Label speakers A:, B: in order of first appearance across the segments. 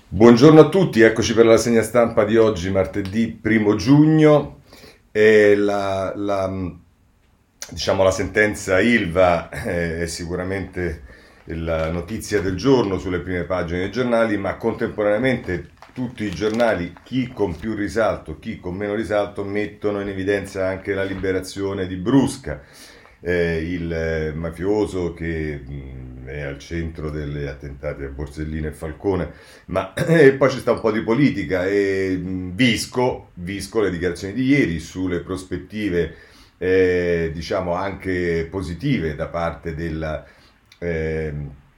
A: Buongiorno a tutti, eccoci per la rassegna stampa di oggi, martedì 1 giugno. E diciamo, la sentenza Ilva è sicuramente la notizia del giorno sulle prime pagine dei giornali, ma contemporaneamente tutti i giornali, chi con più risalto, chi con meno risalto, mettono in evidenza anche la liberazione di Brusca, il mafioso che è al centro degli attentati a Borsellino e Falcone. Ma poi ci sta un po' di politica e visco le dichiarazioni di ieri sulle prospettive, diciamo, anche positive eh,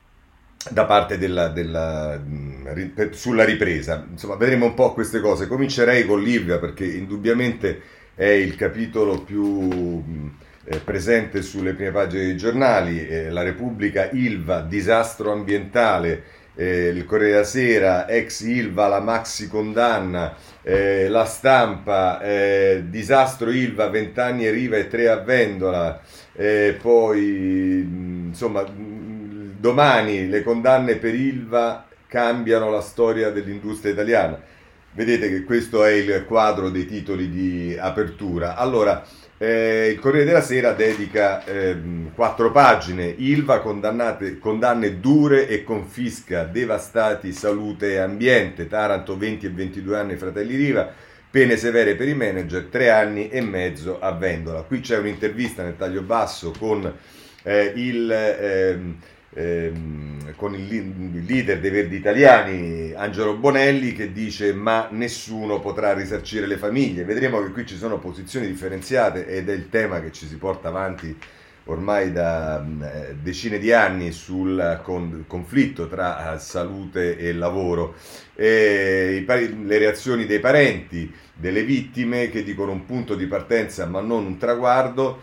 A: sulla ripresa. Insomma, vedremo un po' queste cose. Comincerei con l'Ilva perché indubbiamente è il capitolo più presente sulle prime pagine dei giornali. La Repubblica, Ilva, disastro ambientale. Il Corriere della Sera, ex Ilva, la maxi condanna. La Stampa, disastro Ilva, 20 anni a Riva e 3 a Vendola. Poi, insomma, domani le condanne per Ilva cambiano la storia dell'industria italiana. Vedete che questo è il quadro dei titoli di apertura. Allora, il Corriere della Sera dedica 4 pagine. Ilva, condanne dure e confisca, devastati salute e ambiente. Taranto, 20 e 22 anni, Fratelli Riva. Pene severe per i manager, 3 anni e mezzo a Vendola. Qui c'è un'intervista nel taglio basso con il leader dei Verdi Italiani, Angelo Bonelli, che dice: ma nessuno potrà risarcire le famiglie. Vedremo che qui ci sono posizioni differenziate ed è il tema che ci si porta avanti ormai da decine di anni sul conflitto tra salute e lavoro. Le reazioni dei parenti delle vittime che dicono un punto di partenza ma non un traguardo.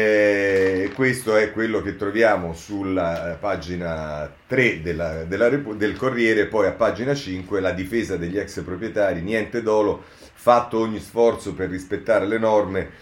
A: Questo è quello che troviamo sulla pagina 3 del Corriere. Poi a pagina 5 la difesa degli ex proprietari: niente dolo, fatto ogni sforzo per rispettare le norme.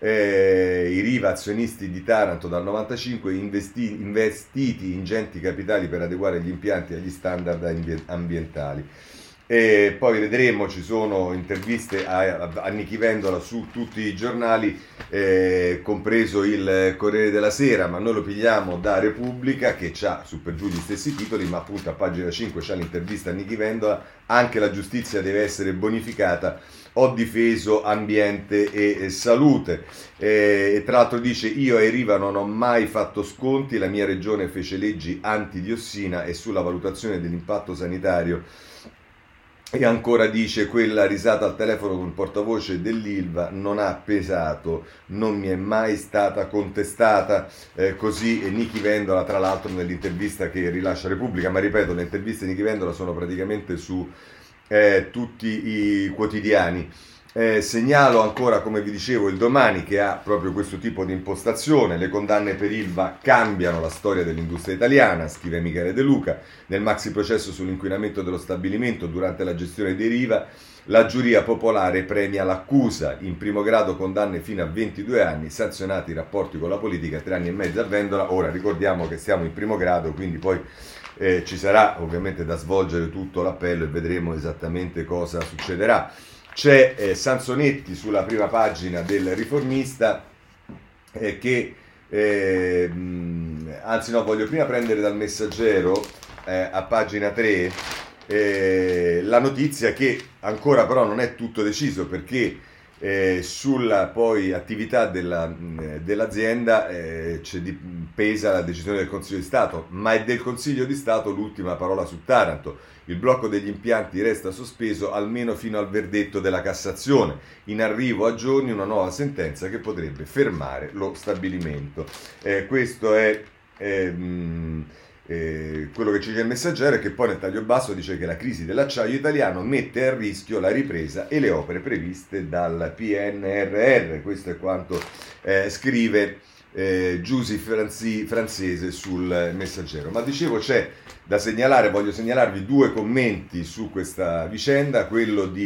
A: I Riva, azionisti di Taranto dal 95, investiti ingenti capitali per adeguare gli impianti agli standard ambientali. E poi vedremo, ci sono interviste a Nichi Vendola su tutti i giornali, compreso il Corriere della Sera, ma noi lo pigliamo da Repubblica, che ha su per giù gli stessi titoli, ma appunto a pagina 5 c'è l'intervista a Nichi Vendola: anche la giustizia deve essere bonificata, ho difeso ambiente e salute. E tra l'altro dice: io ai Riva non ho mai fatto sconti, la mia regione fece leggi antidiossina e sulla valutazione dell'impatto sanitario. E ancora dice: quella risata al telefono con il portavoce dell'Ilva non ha pesato, non mi è mai stata contestata. Così Nichi Vendola, tra l'altro, nell'intervista che rilascia Repubblica. Ma ripeto, le interviste di Nichi Vendola sono praticamente su tutti i quotidiani. Segnalo ancora, come vi dicevo, il Domani, che ha proprio questo tipo di impostazione: le condanne per Ilva cambiano la storia dell'industria italiana, scrive Michele De Luca. Nel maxi processo sull'inquinamento dello stabilimento durante la gestione dei Riva, la giuria popolare premia l'accusa. In primo grado condanne fino a 22 anni, sanzionati i rapporti con la politica, 3 anni e mezzo a Vendola. Ora ricordiamo che siamo in primo grado, quindi poi ci sarà ovviamente da svolgere tutto l'appello e vedremo esattamente cosa succederà. C'è Sansonetti sulla prima pagina del Riformista, anzi no, voglio prima prendere dal Messaggero, a pagina 3, la notizia che ancora però non è tutto deciso, perché sulla poi attività dell'azienda pesa la decisione del Consiglio di Stato, ma è del Consiglio di Stato l'ultima parola su Taranto. Il blocco degli impianti resta sospeso almeno fino al verdetto della Cassazione. In arrivo a giorni una nuova sentenza che potrebbe fermare lo stabilimento. Questo è quello che ci dice il Messaggero, è che poi nel taglio basso dice che la crisi dell'acciaio italiano mette a rischio la ripresa e le opere previste dal PNRR. Questo è quanto scrive Giusy Francese sul Messaggero. Ma dicevo, c'è da segnalare, voglio segnalarvi 2 commenti su questa vicenda: quello di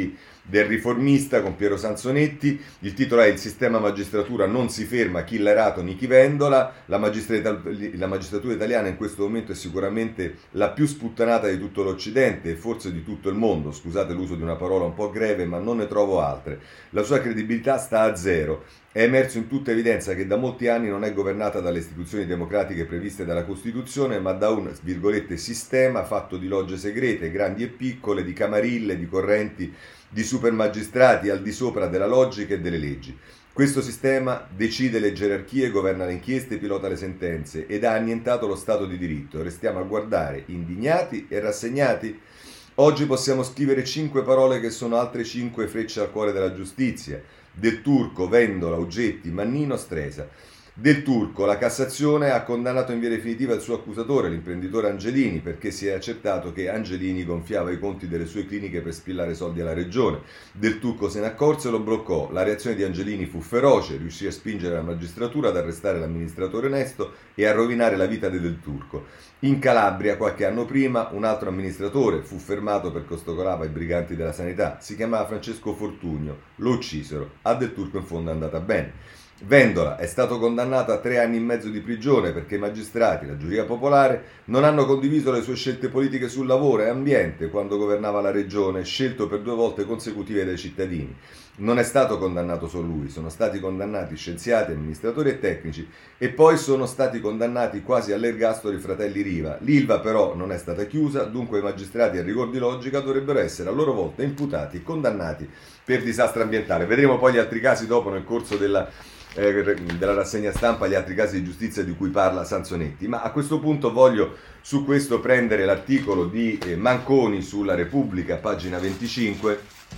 A: del Riformista con Piero Sansonetti. Il titolo è: il sistema magistratura non si ferma, chi l'ha erato ni chi vendola. La magistratura italiana in questo momento è sicuramente la più sputtanata di tutto l'Occidente e forse di tutto il mondo, scusate l'uso di una parola un po' greve, ma non ne trovo altre. La sua credibilità sta a zero. È emerso in tutta evidenza che da molti anni non è governata dalle istituzioni democratiche previste dalla Costituzione, ma da un, virgolette, sistema fatto di logge segrete, grandi e piccole, di camarille, di correnti, di supermagistrati al di sopra della logica e delle leggi. Questo sistema decide le gerarchie, governa le inchieste, pilota le sentenze ed ha annientato lo Stato di diritto. Restiamo a guardare, indignati e rassegnati? Oggi possiamo scrivere 5 parole che sono altre 5 frecce al cuore della giustizia. Del Turco, Vendola, Ugetti, Mannino, Stresa. Del Turco, la Cassazione ha condannato in via definitiva il suo accusatore, l'imprenditore Angelini, perché si è accertato che Angelini gonfiava i conti delle sue cliniche per spillare soldi alla regione. Del Turco se ne accorse e lo bloccò. La reazione di Angelini fu feroce, riuscì a spingere la magistratura ad arrestare l'amministratore onesto e a rovinare la vita Del Turco. In Calabria, qualche anno prima, un altro amministratore fu fermato perché ostacolava i briganti della sanità. Si chiamava Francesco Fortugno, lo uccisero. A Del Turco in fondo è andata bene. Vendola è stato condannato a 3 anni e mezzo di prigione perché i magistrati, la giuria popolare, non hanno condiviso le sue scelte politiche sul lavoro e ambiente quando governava la regione, scelto per 2 volte consecutive dai cittadini. Non è stato condannato solo lui, sono stati condannati scienziati, amministratori e tecnici e poi sono stati condannati quasi all'ergastolo i fratelli Riva. L'Ilva però non è stata chiusa, dunque i magistrati a rigor di logica dovrebbero essere a loro volta imputati e condannati per disastro ambientale. Vedremo poi gli altri casi dopo nel corso della rassegna stampa, gli altri casi di giustizia di cui parla Sansonetti, ma a questo punto voglio su questo prendere l'articolo di Manconi sulla Repubblica, pagina 25,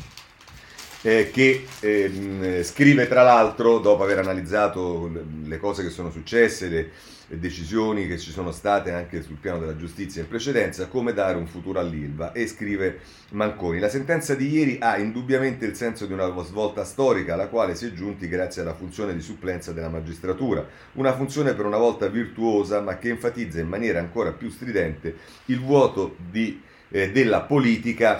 A: che scrive tra l'altro, dopo aver analizzato le cose che sono successe, le decisioni che ci sono state anche sul piano della giustizia in precedenza, come dare un futuro all'Ilva, e scrive Manconi: la sentenza di ieri ha indubbiamente il senso di una svolta storica alla quale si è giunti grazie alla funzione di supplenza della magistratura, una funzione per una volta virtuosa ma che enfatizza in maniera ancora più stridente il vuoto della politica,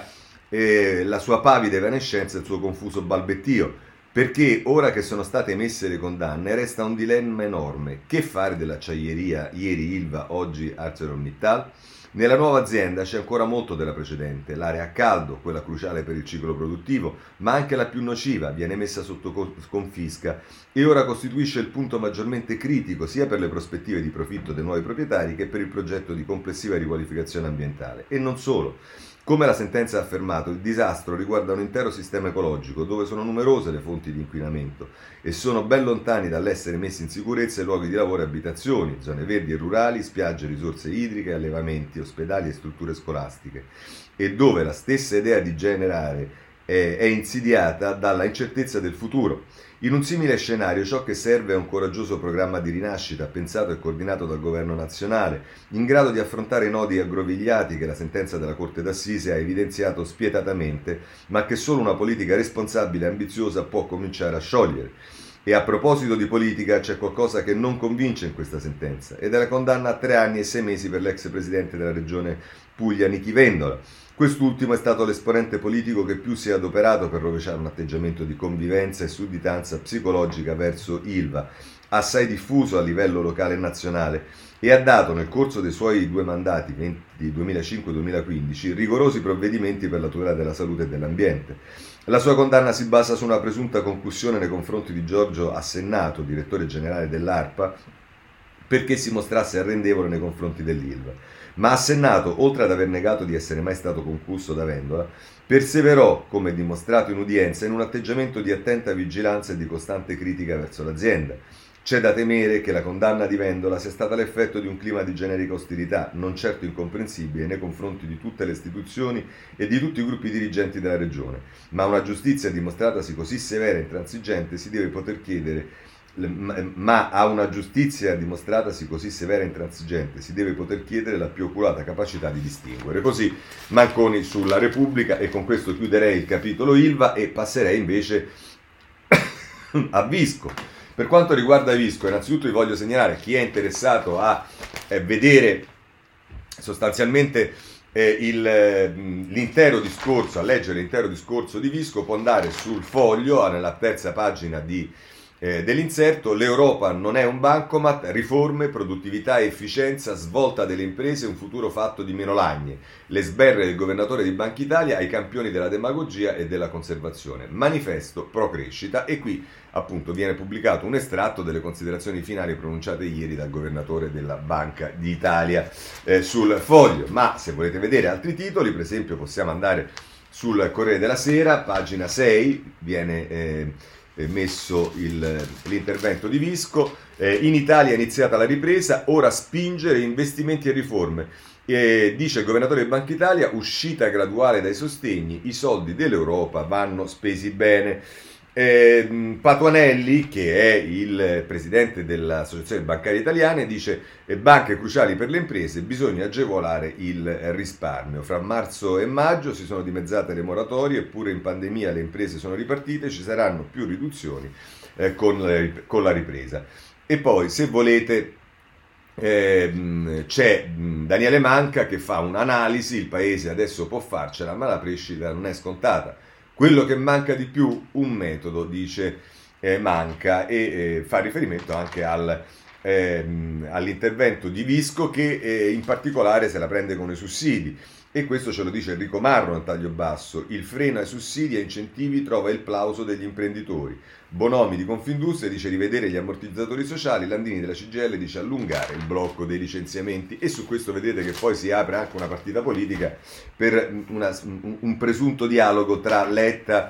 A: la sua pavida evanescenza e il suo confuso balbettio. Perché ora che sono state emesse le condanne resta un dilemma enorme: che fare dell'acciaieria, ieri Ilva, oggi ArcelorMittal? Nella nuova azienda c'è ancora molto della precedente, l'area a caldo, quella cruciale per il ciclo produttivo, ma anche la più nociva, viene messa sotto confisca e ora costituisce il punto maggiormente critico sia per le prospettive di profitto dei nuovi proprietari che per il progetto di complessiva riqualificazione ambientale. E non solo. Come la sentenza ha affermato, il disastro riguarda un intero sistema ecologico dove sono numerose le fonti di inquinamento e sono ben lontani dall'essere messi in sicurezza i luoghi di lavoro e abitazioni, zone verdi e rurali, spiagge, risorse idriche, allevamenti, ospedali e strutture scolastiche, e dove la stessa idea di generare è insidiata dalla incertezza del futuro. In un simile scenario ciò che serve è un coraggioso programma di rinascita pensato e coordinato dal governo nazionale, in grado di affrontare i nodi aggrovigliati che la sentenza della Corte d'Assise ha evidenziato spietatamente, ma che solo una politica responsabile e ambiziosa può cominciare a sciogliere. E a proposito di politica c'è qualcosa che non convince in questa sentenza, ed è la condanna a 3 anni e 6 mesi per l'ex presidente della regione Puglia Nichi Vendola. Quest'ultimo è stato l'esponente politico che più si è adoperato per rovesciare un atteggiamento di convivenza e sudditanza psicologica verso Ilva, assai diffuso a livello locale e nazionale, e ha dato nel corso dei suoi 2 mandati, di 2005-2015, rigorosi provvedimenti per la tutela della salute e dell'ambiente. La sua condanna si basa su una presunta concussione nei confronti di Giorgio Assennato, direttore generale dell'ARPA, perché si mostrasse arrendevole nei confronti dell'Ilva. Ma Assennato, oltre ad aver negato di essere mai stato concusso da Vendola, perseverò, come dimostrato in udienza, in un atteggiamento di attenta vigilanza e di costante critica verso l'azienda. C'è da temere che la condanna di Vendola sia stata l'effetto di un clima di generica ostilità, non certo incomprensibile nei confronti di tutte le istituzioni e di tutti i gruppi dirigenti della regione. Ma una giustizia dimostratasi così severa e intransigente si deve poter chiedere ma a una giustizia dimostratasi così severa e intransigente si deve poter chiedere la più oculata capacità di distinguere. Così Manconi sulla Repubblica, e con questo chiuderei il capitolo Ilva e passerei invece a Visco. Per quanto riguarda Visco, innanzitutto vi voglio segnalare a chi è interessato a vedere sostanzialmente l'intero discorso, a leggere l'intero discorso di Visco può andare sul Foglio, nella terza pagina dell'inserto. L'Europa non è un bancomat, riforme, produttività e efficienza, svolta delle imprese, un futuro fatto di meno lagne, le sberle del governatore di Banca Italia ai campioni della demagogia e della conservazione, manifesto pro crescita. E qui appunto viene pubblicato un estratto delle considerazioni finali pronunciate ieri dal governatore della Banca d'Italia sul Foglio. Ma se volete vedere altri titoli, per esempio possiamo andare sul Corriere della Sera, pagina 6, viene messo l'intervento di Visco. In Italia è iniziata la ripresa, ora spingere investimenti e riforme. Dice il governatore di Banca Italia, uscita graduale dai sostegni, i soldi dell'Europa vanno spesi bene. Patuanelli, che è il presidente dell'Associazione Bancaria Italiana, dice banche cruciali per le imprese, bisogna agevolare il risparmio. Fra marzo e maggio si sono dimezzate le moratorie, eppure in pandemia le imprese sono ripartite, ci saranno più riduzioni con la ripresa. E poi, se volete, c'è Daniele Manca che fa un'analisi, il paese adesso può farcela, ma la crescita non è scontata. Quello che manca di più, un metodo, dice Manca, e fa riferimento anche all'intervento di Visco, che in particolare se la prende con i sussidi. E questo ce lo dice Enrico Marro nel taglio basso: il freno ai sussidi e incentivi trova il plauso degli imprenditori. Bonomi di Confindustria dice rivedere gli ammortizzatori sociali, Landini della CGIL dice allungare il blocco dei licenziamenti. E su questo vedete che poi si apre anche una partita politica per un presunto dialogo tra Letta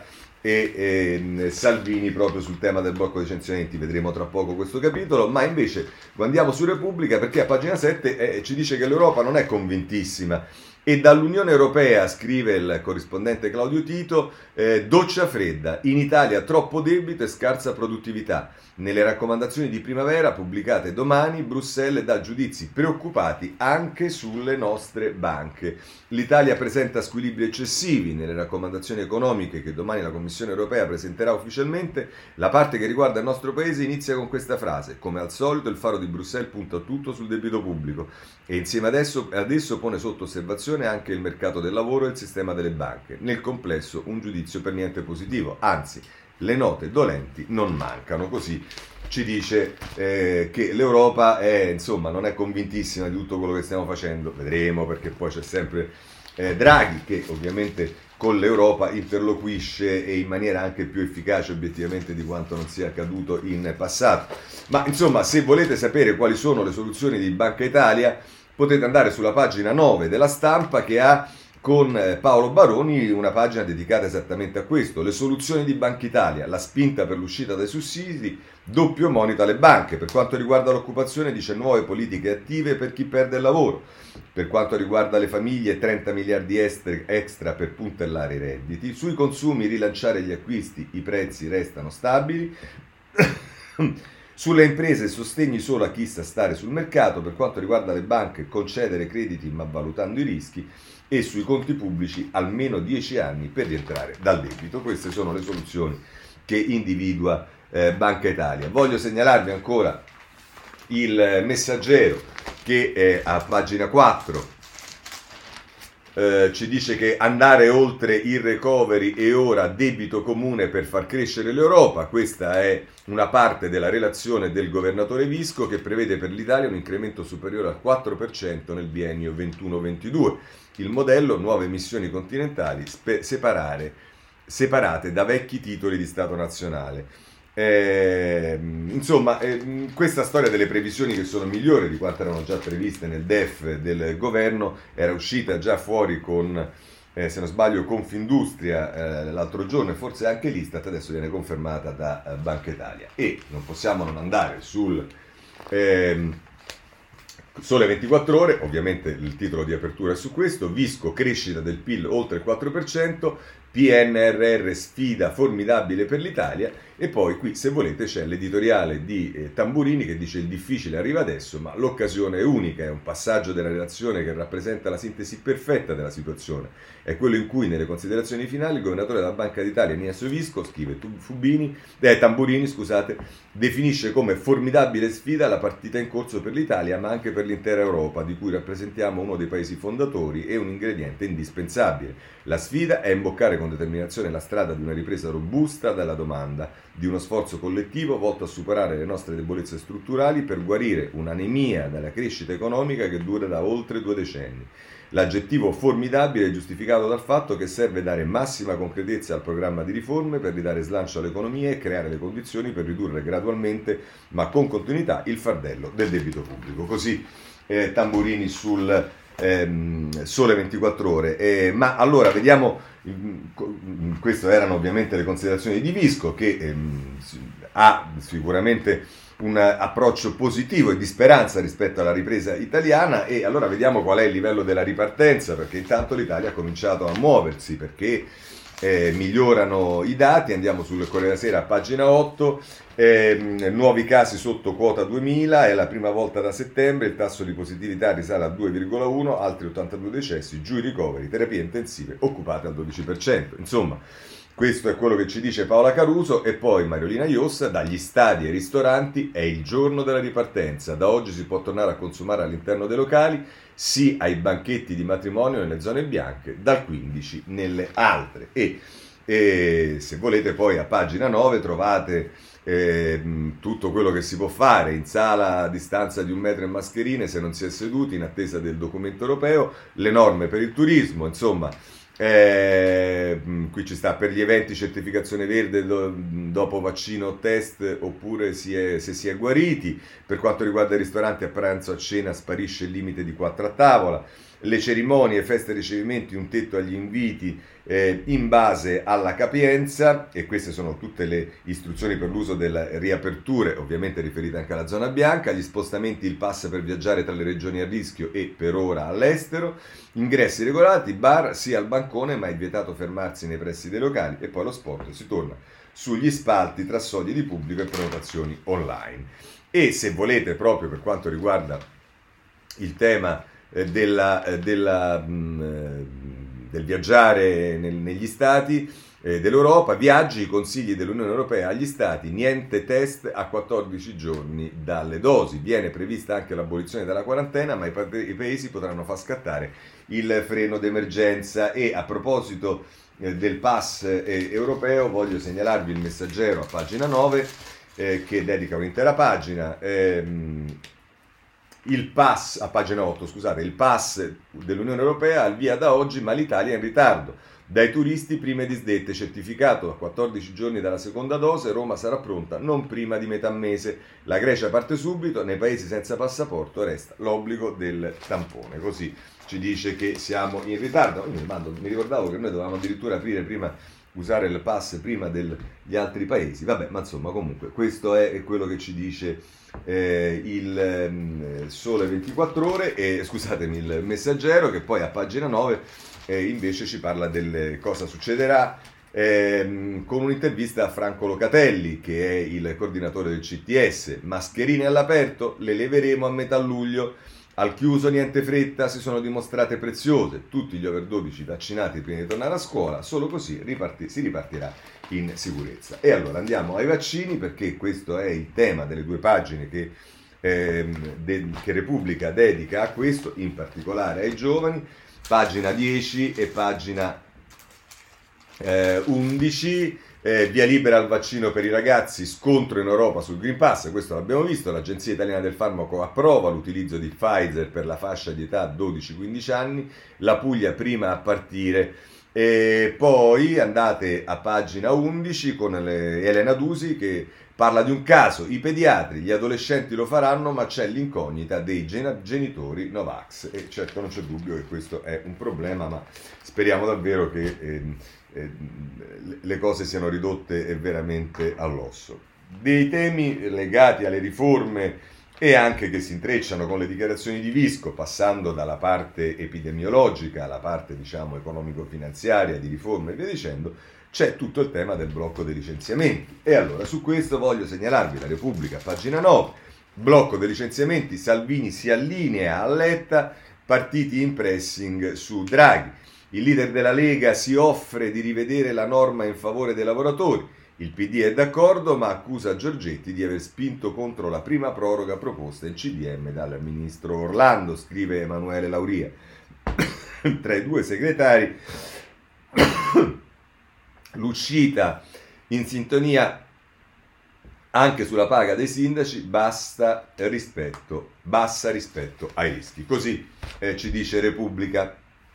A: e Salvini proprio sul tema del blocco dei licenziamenti. Vedremo tra poco questo capitolo. Ma invece andiamo su Repubblica, perché a pagina 7 ci dice che l'Europa non è convintissima. E dall'Unione Europea, scrive il corrispondente Claudio Tito, doccia fredda, in Italia troppo debito e scarsa produttività. Nelle raccomandazioni di primavera pubblicate domani, Bruxelles dà giudizi preoccupati anche sulle nostre banche. L'Italia presenta squilibri eccessivi. Nelle raccomandazioni economiche che domani la Commissione Europea presenterà ufficialmente, la parte che riguarda il nostro paese inizia con questa frase: come al solito il faro di Bruxelles punta tutto sul debito pubblico e insieme adesso pone sotto osservazione anche il mercato del lavoro e il sistema delle banche. Nel complesso un giudizio per niente positivo, anzi le note dolenti non mancano. Così ci dice che l'Europa non è convintissima di tutto quello che stiamo facendo. Vedremo, perché poi c'è sempre Draghi, che ovviamente con l'Europa interloquisce e in maniera anche più efficace obiettivamente di quanto non sia accaduto in passato. Ma insomma, se volete sapere quali sono le soluzioni di Banca Italia, potete andare sulla pagina 9 della Stampa, che ha con Paolo Baroni una pagina dedicata esattamente a questo: le soluzioni di Banca Italia, la spinta per l'uscita dai sussidi, doppio monito alle banche. Per quanto riguarda l'occupazione, dice nuove politiche attive per chi perde il lavoro. Per quanto riguarda le famiglie, 30 miliardi extra per puntellare i redditi. Sui consumi, rilanciare gli acquisti, i prezzi restano stabili. Sulle imprese, sostegni solo a chi sa stare sul mercato. Per quanto riguarda le banche, concedere crediti ma valutando i rischi. E sui conti pubblici, almeno 10 anni per rientrare dal debito. Queste sono le soluzioni che individua Banca Italia. Voglio segnalarvi ancora il Messaggero, che a pagina 4 ci dice che andare oltre il recovery e ora debito comune per far crescere l'Europa. Questa è una parte della relazione del governatore Visco, che prevede per l'Italia un incremento superiore al 4% nel biennio 21-22. Il modello: nuove missioni continentali separate da vecchi titoli di Stato nazionale. Questa storia delle previsioni, che sono migliori di quanto erano già previste nel DEF del governo, era uscita già fuori con, se non sbaglio, Confindustria l'altro giorno, e forse anche l'Istat. Adesso viene confermata da Banca Italia. E non possiamo non andare sul Sole 24 Ore, ovviamente il titolo di apertura è su questo: Visco, crescita del PIL oltre il 4%, PNRR sfida formidabile per l'Italia, e poi qui se volete c'è l'editoriale di Tamburini che dice: il difficile arriva adesso ma l'occasione è unica, è un passaggio della relazione che rappresenta la sintesi perfetta della situazione, è quello in cui nelle considerazioni finali il governatore della Banca d'Italia Nina Sovisco, scrive Tamburini, definisce come formidabile sfida la partita in corso per l'Italia ma anche per l'intera Europa, di cui rappresentiamo uno dei paesi fondatori e un ingrediente indispensabile. La sfida è imboccare con determinazione la strada di una ripresa robusta dalla domanda, di uno sforzo collettivo volto a superare le nostre debolezze strutturali per guarire un'anemia dalla crescita economica che dura da oltre 2 decenni. L'aggettivo formidabile è giustificato dal fatto che serve dare massima concretezza al programma di riforme per ridare slancio all'economia e creare le condizioni per ridurre gradualmente ma con continuità il fardello del debito pubblico. Così Tamburini sul Sole 24 Ore. Ma allora vediamo, queste erano ovviamente le considerazioni di Visco, che ha sicuramente un approccio positivo e di speranza rispetto alla ripresa italiana, e allora vediamo qual è il livello della ripartenza, perché intanto l'Italia ha cominciato a muoversi, perché migliorano i dati. Andiamo sul Corriere della Sera, pagina 8, nuovi casi sotto quota 2000, è la prima volta da settembre, il tasso di positività risale a 2,1, altri 82 decessi, giù i ricoveri, terapie intensive occupate al 12%. Insomma, questo è quello che ci dice Paola Caruso. E poi Mariolina Iossa: dagli stadi ai ristoranti è il giorno della ripartenza, da oggi si può tornare a consumare all'interno dei locali, sì ai banchetti di matrimonio nelle zone bianche, dal 15 nelle altre. E se volete poi a pagina 9 trovate tutto quello che si può fare in sala a distanza di 1 metro e mascherine se non si è seduti in attesa del documento europeo, le norme per il turismo, insomma. Qui ci sta: per gli eventi certificazione verde dopo vaccino o test, oppure se si è guariti. Per quanto riguarda i ristoranti, a pranzo, a cena sparisce il limite di 4 a tavola. Le cerimonie, feste e ricevimenti, un tetto agli inviti in base alla capienza, e queste sono tutte le istruzioni per l'uso delle riaperture, ovviamente riferite anche alla zona bianca. Gli spostamenti, il pass per viaggiare tra le regioni a rischio e per ora all'estero, ingressi regolati, bar sia al bancone ma è vietato fermarsi nei pressi dei locali, e poi lo sport, si torna sugli spalti tra soglie di pubblico e prenotazioni online. E se volete, proprio per quanto riguarda il tema del viaggiare negli stati dell'Europa, viaggi, i consigli dell'Unione Europea agli stati: niente test a 14 giorni dalle dosi, viene prevista anche l'abolizione della quarantena, ma i paesi potranno far scattare il freno d'emergenza. E a proposito del pass europeo, voglio segnalarvi il Messaggero a pagina 9 che dedica un'intera pagina. Il pass, a pagina 8, scusate, il pass dell'Unione Europea al via da oggi, ma l'Italia è in ritardo. Dai turisti prime disdette, certificato a 14 giorni dalla seconda dose, Roma sarà pronta non prima di metà mese. La Grecia parte subito, nei paesi senza passaporto resta l'obbligo del tampone. Così ci dice che siamo in ritardo. Io mi ricordavo che noi dovevamo addirittura aprire prima, usare il pass prima degli altri paesi. Vabbè, ma insomma, comunque questo è quello che ci dice il Sole 24 Ore, scusatemi, il Messaggero, che poi a pagina 9 invece ci parla del cosa succederà, con un'intervista a Franco Locatelli, che è il coordinatore del CTS. Mascherine all'aperto, le leveremo a metà luglio. Al chiuso niente fretta, si sono dimostrate preziose. Tutti gli over 12 vaccinati prima di tornare a scuola, solo così si ripartirà in sicurezza. E allora andiamo ai vaccini, perché questo è il tema delle 2 pagine che Repubblica dedica a questo, in particolare ai giovani. Pagina 10 e pagina 11. Via libera al vaccino per i ragazzi, scontro in Europa sul Green Pass, questo l'abbiamo visto. L'Agenzia Italiana del Farmaco approva l'utilizzo di Pfizer per la fascia di età 12-15 anni, la Puglia prima a partire. E poi andate a pagina 11 con Elena Dusi, che parla di un caso: i pediatri, gli adolescenti lo faranno, ma c'è l'incognita dei genitori Novax. E certo non c'è dubbio che questo è un problema, ma speriamo davvero che le cose siano ridotte veramente all'osso. Dei temi legati alle riforme e anche che si intrecciano con le dichiarazioni di Visco, passando dalla parte epidemiologica alla parte, diciamo, economico-finanziaria, di riforme e via dicendo, c'è tutto il tema del blocco dei licenziamenti. E allora su questo voglio segnalarvi la Repubblica, pagina 9, blocco dei licenziamenti, Salvini si allinea a Letta, partiti in pressing su Draghi. Il leader della Lega si offre di rivedere la norma in favore dei lavoratori. Il PD è d'accordo, ma accusa Giorgetti di aver spinto contro la prima proroga proposta in CDM dal ministro Orlando, scrive Emanuele Lauria. Tra i due segretari, l'uscita in sintonia anche sulla paga dei sindaci, bassa rispetto ai rischi. Così ci dice Repubblica.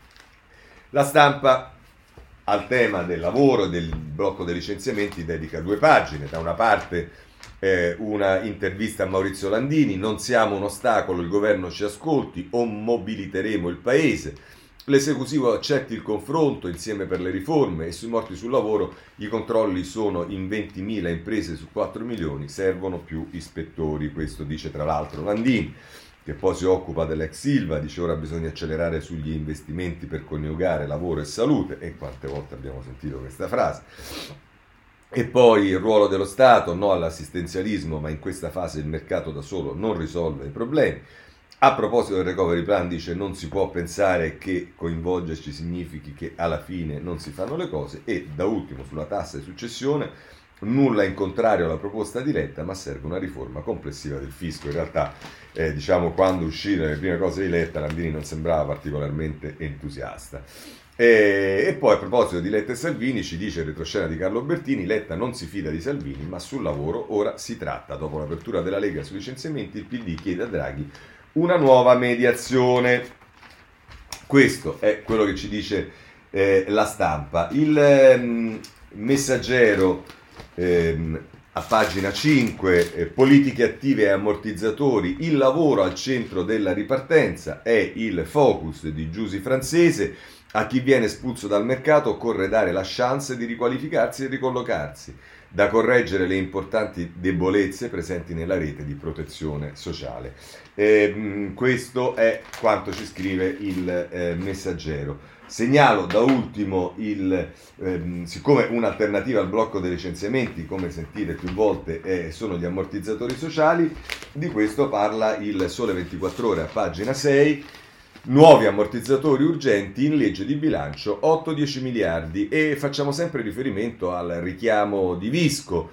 A: La Stampa al tema del lavoro e del blocco dei licenziamenti dedica 2 pagine. Da una parte una intervista a Maurizio Landini: non siamo un ostacolo, il governo ci ascolti o mobiliteremo il paese. L'esecutivo accetti il confronto, insieme per le riforme, e sui morti sul lavoro i controlli sono in 20.000 imprese su 4 milioni, servono più ispettori. Questo dice tra l'altro Landini, che poi si occupa dell'ex Ilva, dice ora bisogna accelerare sugli investimenti per coniugare lavoro e salute, e quante volte abbiamo sentito questa frase. E poi il ruolo dello Stato, no all'assistenzialismo, ma in questa fase il mercato da solo non risolve i problemi. A proposito del recovery plan dice non si può pensare che coinvolgerci significhi che alla fine non si fanno le cose. E da ultimo sulla tassa di successione, nulla in contrario alla proposta di Letta, ma serve una riforma complessiva del fisco. In realtà diciamo, quando uscirono le prime cose di Letta, Landini non sembrava particolarmente entusiasta. E poi a proposito di Letta e Salvini ci dice il retroscena di Carlo Bertini: Letta non si fida di Salvini, ma sul lavoro ora si tratta. Dopo l'apertura della Lega sui licenziamenti, il PD chiede a Draghi una nuova mediazione. Questo è quello che ci dice la Stampa. Il Messaggero a pagina 5, politiche attive e ammortizzatori, il lavoro al centro della ripartenza, è il focus di Giusy Francese. A chi viene espulso dal mercato occorre dare la chance di riqualificarsi e ricollocarsi, da correggere le importanti debolezze presenti nella rete di protezione sociale. Questo è quanto ci scrive il Messaggero. Segnalo da ultimo siccome un'alternativa al blocco dei licenziamenti, come sentite più volte, sono gli ammortizzatori sociali. Di questo parla il Sole 24 Ore a pagina 6. Nuovi ammortizzatori urgenti in legge di bilancio, 8-10 miliardi, e facciamo sempre riferimento al richiamo di Visco.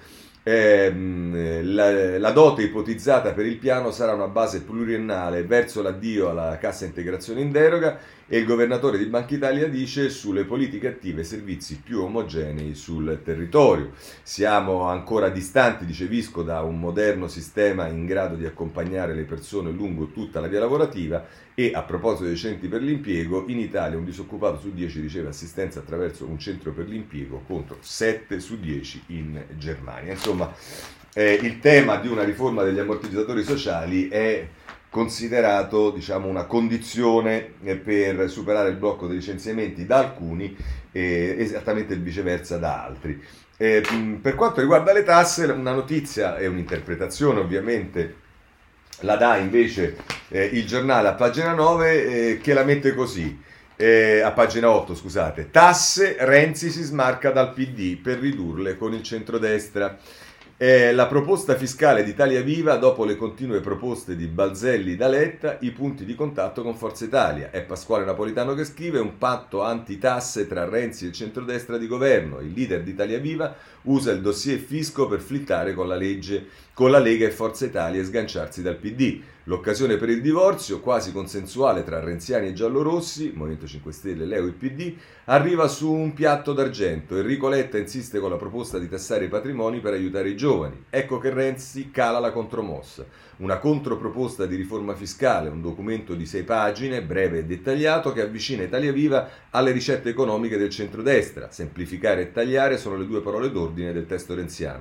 A: La dote ipotizzata per il piano sarà una base pluriennale verso l'addio alla cassa integrazione in deroga, e il governatore di Banca Italia dice sulle politiche attive servizi più omogenei sul territorio. Siamo ancora distanti, dice Visco, da un moderno sistema in grado di accompagnare le persone lungo tutta la via lavorativa. E a proposito dei centri per l'impiego, in Italia un disoccupato su 10 riceve assistenza attraverso un centro per l'impiego, contro 7 su 10 in Germania. Insomma, il tema di una riforma degli ammortizzatori sociali è considerato, diciamo, una condizione per superare il blocco dei licenziamenti da alcuni, esattamente il viceversa da altri. Per quanto riguarda le tasse, una notizia e un'interpretazione ovviamente la dà invece il Giornale a pagina 9, che la mette così, a pagina 8 scusate: tasse, Renzi si smarca dal PD per ridurle con il centrodestra. La proposta fiscale di Italia Viva, dopo le continue proposte di Balzelli da Letta, i punti di contatto con Forza Italia. È Pasquale Napolitano che scrive: un patto antitasse tra Renzi e il centrodestra di governo. Il leader di Italia Viva usa il dossier fisco per flittare con la Lega e Forza Italia e sganciarsi dal PD. L'occasione per il divorzio, quasi consensuale tra renziani e giallorossi, Movimento 5 Stelle, Leo e PD, arriva su un piatto d'argento. Enrico Letta insiste con la proposta di tassare i patrimoni per aiutare i giovani. Ecco che Renzi cala la contromossa. Una controproposta di riforma fiscale, un documento di 6 pagine, breve e dettagliato, che avvicina Italia Viva alle ricette economiche del centrodestra. Semplificare e tagliare sono le 2 parole d'ordine del testo renziano.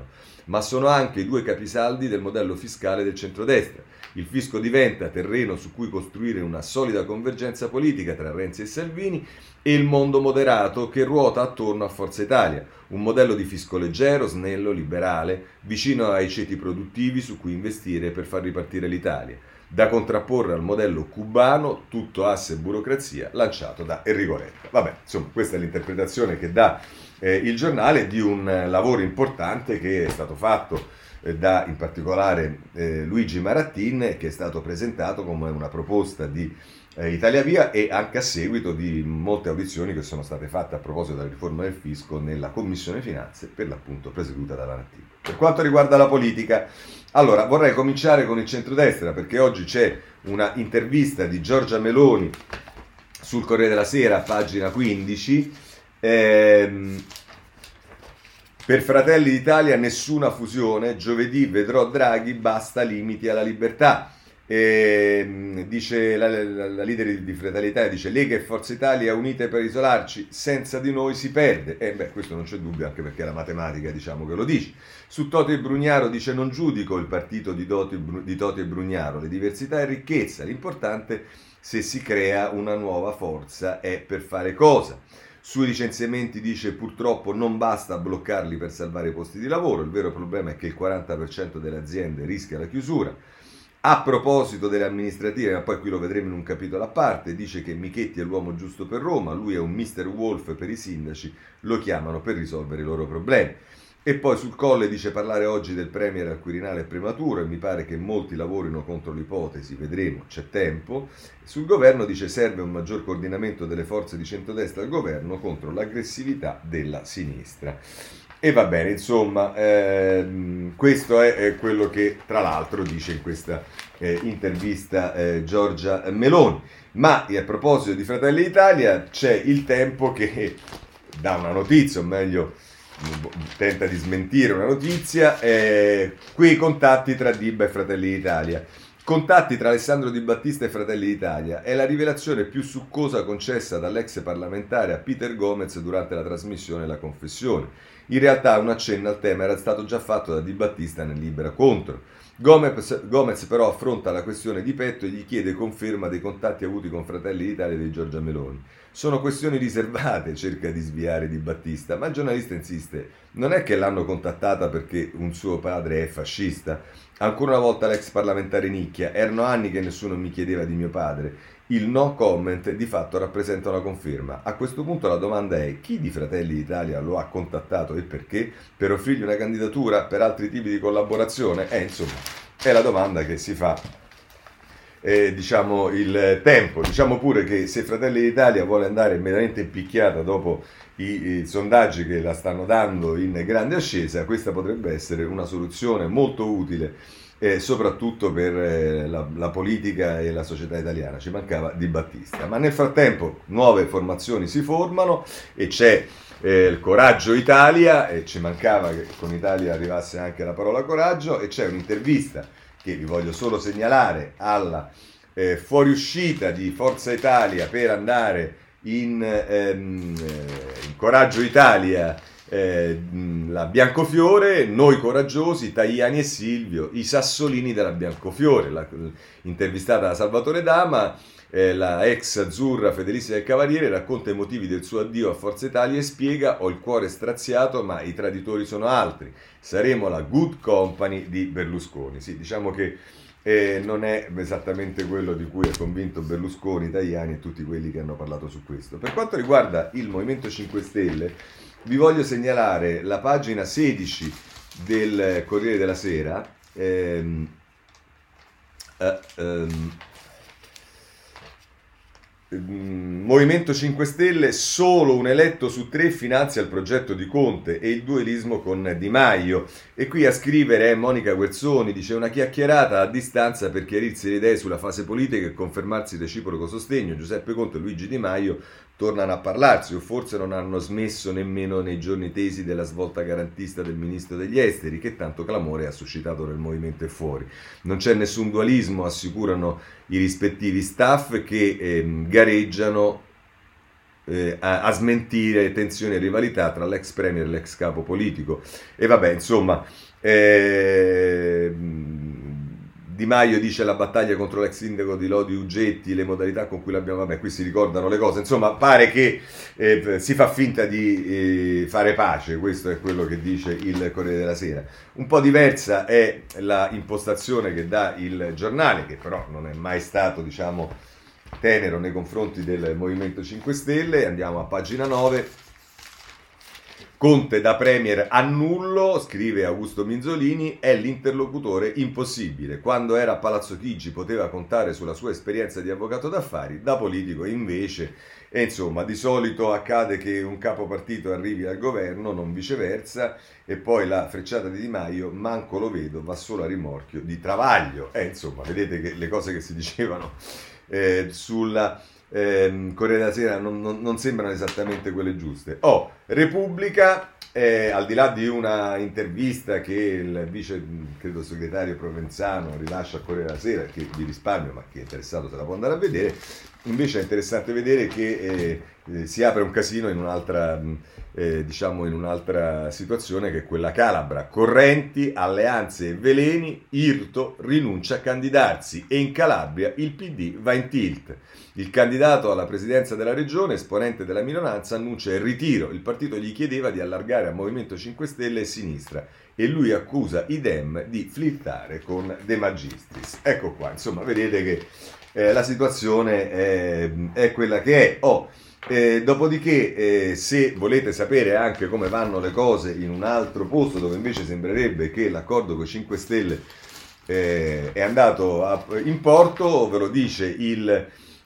A: ma sono anche i due capisaldi del modello fiscale del centrodestra. Il fisco diventa terreno su cui costruire una solida convergenza politica tra Renzi e Salvini e il mondo moderato che ruota attorno a Forza Italia, un modello di fisco leggero, snello, liberale, vicino ai ceti produttivi su cui investire per far ripartire l'Italia, da contrapporre al modello cubano, tutto asse e burocrazia, lanciato da Enrico Letta. Vabbè, insomma, questa è l'interpretazione che dà il giornale di un lavoro importante che è stato fatto da in particolare Luigi Marattin, che è stato presentato come una proposta di Italia Via e anche a seguito di molte audizioni che sono state fatte a proposito della riforma del fisco nella Commissione Finanze, per l'appunto presieduta da Marattin. Per quanto riguarda la politica, allora vorrei cominciare con il centrodestra, perché oggi c'è una intervista di Giorgia Meloni sul Corriere della Sera, pagina 15. Per Fratelli d'Italia nessuna fusione, giovedì vedrò Draghi, basta limiti alla libertà. Dice la leader di Fratelli d'Italia, dice Lega e Forza Italia unite per isolarci, senza di noi si perde. Questo non c'è dubbio, anche perché la matematica diciamo che lo dice. Su Toti e Brugnaro dice non giudico il partito di Toti e Brugnaro, le diversità e ricchezza, l'importante se si crea una nuova forza è per fare cosa. Sui licenziamenti dice purtroppo non basta bloccarli per salvare i posti di lavoro, il vero problema è che il 40% delle aziende rischia la chiusura. A proposito delle amministrative, ma poi qui lo vedremo in un capitolo a parte, dice che Michetti è l'uomo giusto per Roma, lui è un Mr. Wolf per i sindaci, lo chiamano per risolvere i loro problemi. E poi sul Colle dice parlare oggi del Premier al Quirinale è prematuro e mi pare che molti lavorino contro l'ipotesi, vedremo, c'è tempo. Sul governo dice serve un maggior coordinamento delle forze di centrodestra al governo contro l'aggressività della sinistra. E va bene, insomma, questo è quello che tra l'altro dice in questa intervista Giorgia Meloni. Ma a proposito di Fratelli d'Italia c'è il Tempo che dà una notizia, o meglio tenta di smentire una notizia, qui i contatti tra Dibba e Fratelli d'Italia. Contatti tra Alessandro Di Battista e Fratelli d'Italia è la rivelazione più succosa concessa dall'ex parlamentare a Peter Gomez durante la trasmissione La Confessione. In realtà un accenno al tema era stato già fatto da Di Battista nel Libera Contro. Gomez però affronta la questione di petto e gli chiede conferma dei contatti avuti con Fratelli d'Italia e di Giorgia Meloni. Sono questioni riservate, cerca di sviare Di Battista, ma il giornalista insiste, non è che l'hanno contattata perché un suo padre è fascista? Ancora una volta l'ex parlamentare nicchia, erano anni che nessuno mi chiedeva di mio padre. Il no comment di fatto rappresenta una conferma. A questo punto la domanda è chi di Fratelli d'Italia lo ha contattato e perché? Per offrirgli una candidatura? Per altri tipi di collaborazione? Insomma, è la domanda che si fa diciamo il Tempo. Diciamo pure che se Fratelli d'Italia vuole andare immediatamente impicchiata dopo i sondaggi che la stanno dando in grande ascesa, questa potrebbe essere una soluzione molto utile soprattutto per la politica e la società italiana. Ci mancava Di Battista, ma nel frattempo nuove formazioni si formano e c'è il Coraggio Italia, e ci mancava che con Italia arrivasse anche la parola coraggio, e c'è un'intervista che vi voglio solo segnalare alla fuoriuscita di Forza Italia per andare in Coraggio Italia, la Biancofiore, noi coraggiosi, Tajani e Silvio, i sassolini della Biancofiore, intervistata da Salvatore Dama, la ex azzurra Federica del Cavaliere racconta i motivi del suo addio a Forza Italia e spiega: ho il cuore straziato ma i traditori sono altri, saremo la good company di Berlusconi. Sì, diciamo che non è esattamente quello di cui è convinto Berlusconi, Tajani e tutti quelli che hanno parlato su questo. Per quanto riguarda il Movimento 5 Stelle, vi voglio segnalare la pagina 16 del Corriere della Sera. Movimento 5 Stelle, solo un eletto su 3 finanzia il progetto di Conte e il duelismo con Di Maio. E qui a scrivere è Monica Guerzoni, dice una chiacchierata a distanza per chiarirsi le idee sulla fase politica e confermarsi il reciproco sostegno. Giuseppe Conte e Luigi Di Maio tornano a parlarsi, o forse non hanno smesso nemmeno nei giorni tesi della svolta garantista del ministro degli esteri, che tanto clamore ha suscitato nel movimento e fuori. Non c'è nessun dualismo, assicurano i rispettivi staff, che gareggiano a smentire tensioni e rivalità tra l'ex premier e l'ex capo politico. E vabbè, insomma, Di Maio dice la battaglia contro l'ex sindaco di Lodi Uggetti, le modalità con cui l'abbiamo, vabbè, qui si ricordano le cose, insomma pare che si fa finta di fare pace, questo è quello che dice il Corriere della Sera. Un po' diversa è la impostazione che dà il giornale, che però non è mai stato, diciamo, tenero nei confronti del Movimento 5 Stelle. Andiamo a pagina 9. Conte da premier a nullo, scrive Augusto Minzolini, è l'interlocutore impossibile. Quando era a Palazzo Chigi poteva contare sulla sua esperienza di avvocato d'affari, da politico invece. E insomma, di solito accade che un capo partito arrivi al governo, non viceversa, e poi la frecciata di Di Maio, manco lo vedo, va solo a rimorchio di Travaglio. Insomma, vedete che le cose che si dicevano sulla Corriere della Sera non sembrano esattamente quelle giuste. Repubblica, al di là di una intervista che il vice, credo, segretario Provenzano rilascia a Corriere della Sera, che vi risparmio, ma chi è interessato se la può andare a vedere. Invece è interessante vedere che si apre un casino in un'altra, diciamo, in un'altra situazione, che è quella calabra. Correnti, alleanze e veleni, Irto rinuncia a candidarsi e in Calabria il PD va in tilt. Il candidato alla presidenza della regione, esponente della minoranza, annuncia il ritiro. Il partito gli chiedeva di allargare a Movimento 5 Stelle e Sinistra e lui accusa i Dem di flirtare con De Magistris. Ecco qua, insomma, vedete che la situazione è quella che è. Dopodiché, se volete sapere anche come vanno le cose in un altro posto dove invece sembrerebbe che l'accordo con i 5 Stelle è andato in porto, ve lo dice il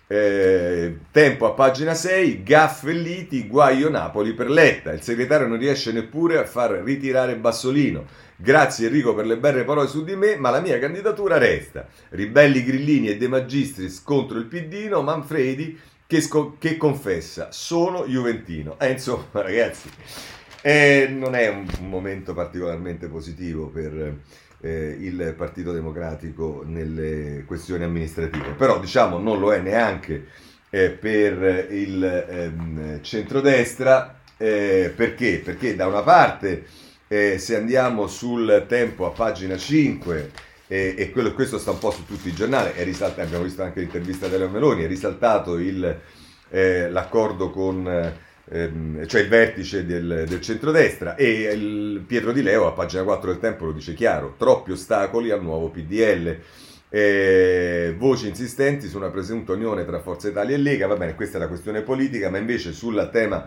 A: Tempo a pagina 6, Gaff e liti, guaio Napoli per Letta, il segretario non riesce neppure a far ritirare Bassolino. Grazie Enrico per le belle parole su di me, ma la mia candidatura resta. Ribelli Grillini e De Magistris contro il Piddino, Manfredi che confessa, sono juventino. Insomma ragazzi, non è un momento particolarmente positivo per il Partito Democratico nelle questioni amministrative, però diciamo non lo è neanche per il centrodestra. Perché? Perché da una parte, se andiamo sul Tempo a pagina 5, e questo sta un po' su tutti i giornali, abbiamo visto anche l'intervista della Meloni, è risaltato l'accordo con cioè il vertice del centrodestra, e il Pietro Di Leo a pagina 4 del Tempo lo dice chiaro: troppi ostacoli al nuovo PDL. Voci insistenti su una presunta unione tra Forza Italia e Lega. Va bene, questa è la questione politica, ma invece sul tema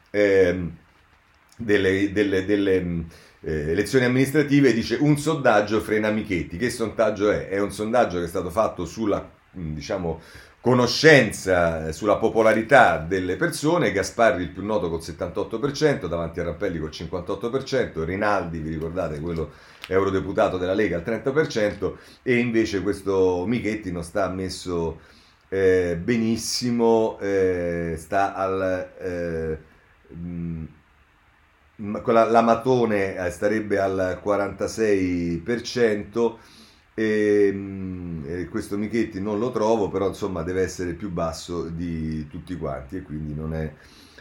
A: delle elezioni amministrative dice: un sondaggio frena Michetti. Che sondaggio è? È un sondaggio che è stato fatto sulla, diciamo, conoscenza, sulla popolarità delle persone. Gasparri il più noto col 78%, davanti a Rampelli col 58%, Rinaldi, vi ricordate, quello eurodeputato della Lega, al 30%, e invece questo Michetti non sta messo benissimo, sta al l'Amatone starebbe al 46%, e questo Michetti non lo trovo, però insomma deve essere più basso di tutti quanti, e quindi non è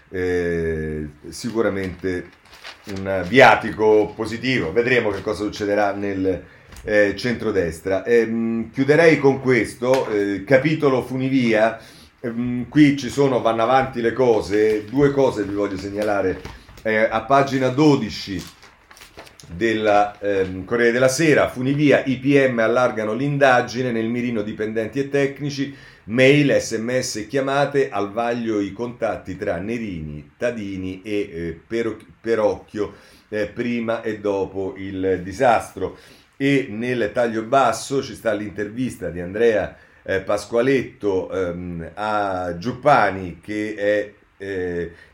A: sicuramente un viatico positivo. Vedremo che cosa succederà nel centrodestra. Chiuderei con questo capitolo funivia. Qui vanno avanti le cose. Due cose vi voglio segnalare. A pagina 12 della Corriere della Sera, funivia, i PM allargano l'indagine, nel mirino dipendenti e tecnici, mail, sms e chiamate, al vaglio i contatti tra Nerini, Tadini e Perocchio prima e dopo il disastro. E nel taglio basso ci sta l'intervista di Andrea Pasqualetto a Giuppani, che è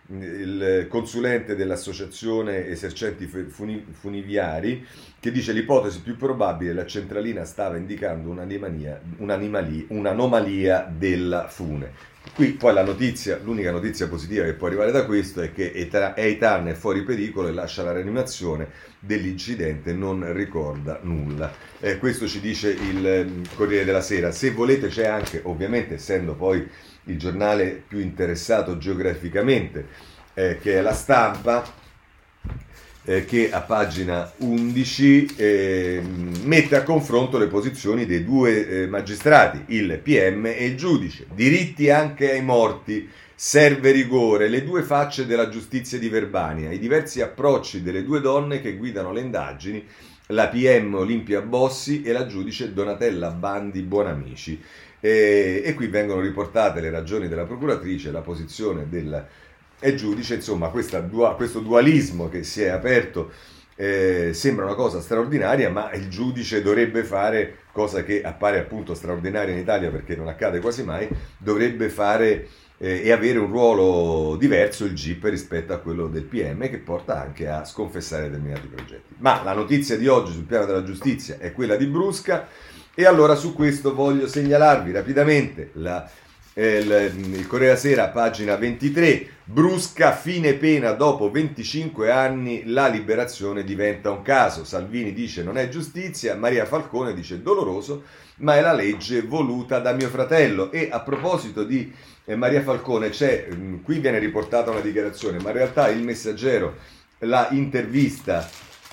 A: il consulente dell'associazione esercenti funiviari, che dice l'ipotesi più probabile la centralina stava indicando un'anomalia della fune. Qui poi l'unica notizia positiva che può arrivare da questo è che Eitan è fuori pericolo e lascia la rianimazione, dell'incidente non ricorda nulla. Questo ci dice il Corriere della Sera. Se volete c'è anche, ovviamente essendo poi il giornale più interessato geograficamente, che è La Stampa, che a pagina 11 mette a confronto le posizioni dei due magistrati, il PM e il giudice. Diritti anche ai morti, serve rigore, le due facce della giustizia di Verbania, i diversi approcci delle due donne che guidano le indagini, la PM Olimpia Bossi e la giudice Donatella Bandi Buonamici. E qui vengono riportate le ragioni della procuratrice, la posizione del giudice, insomma questo dualismo che si è aperto sembra una cosa straordinaria, ma il giudice dovrebbe fare, cosa che appare appunto straordinaria in Italia perché non accade quasi mai, dovrebbe fare e avere un ruolo diverso il GIP rispetto a quello del PM, che porta anche a sconfessare determinati progetti. Ma la notizia di oggi sul piano della giustizia è quella di Brusca, e allora su questo voglio segnalarvi rapidamente il Corriere della Sera, pagina 23, Brusca, fine pena dopo 25 anni, la liberazione diventa un caso. Salvini dice non è giustizia, Maria Falcone dice doloroso, ma è la legge voluta da mio fratello. E a proposito di Maria Falcone, qui viene riportata una dichiarazione, ma in realtà il Messaggero la intervista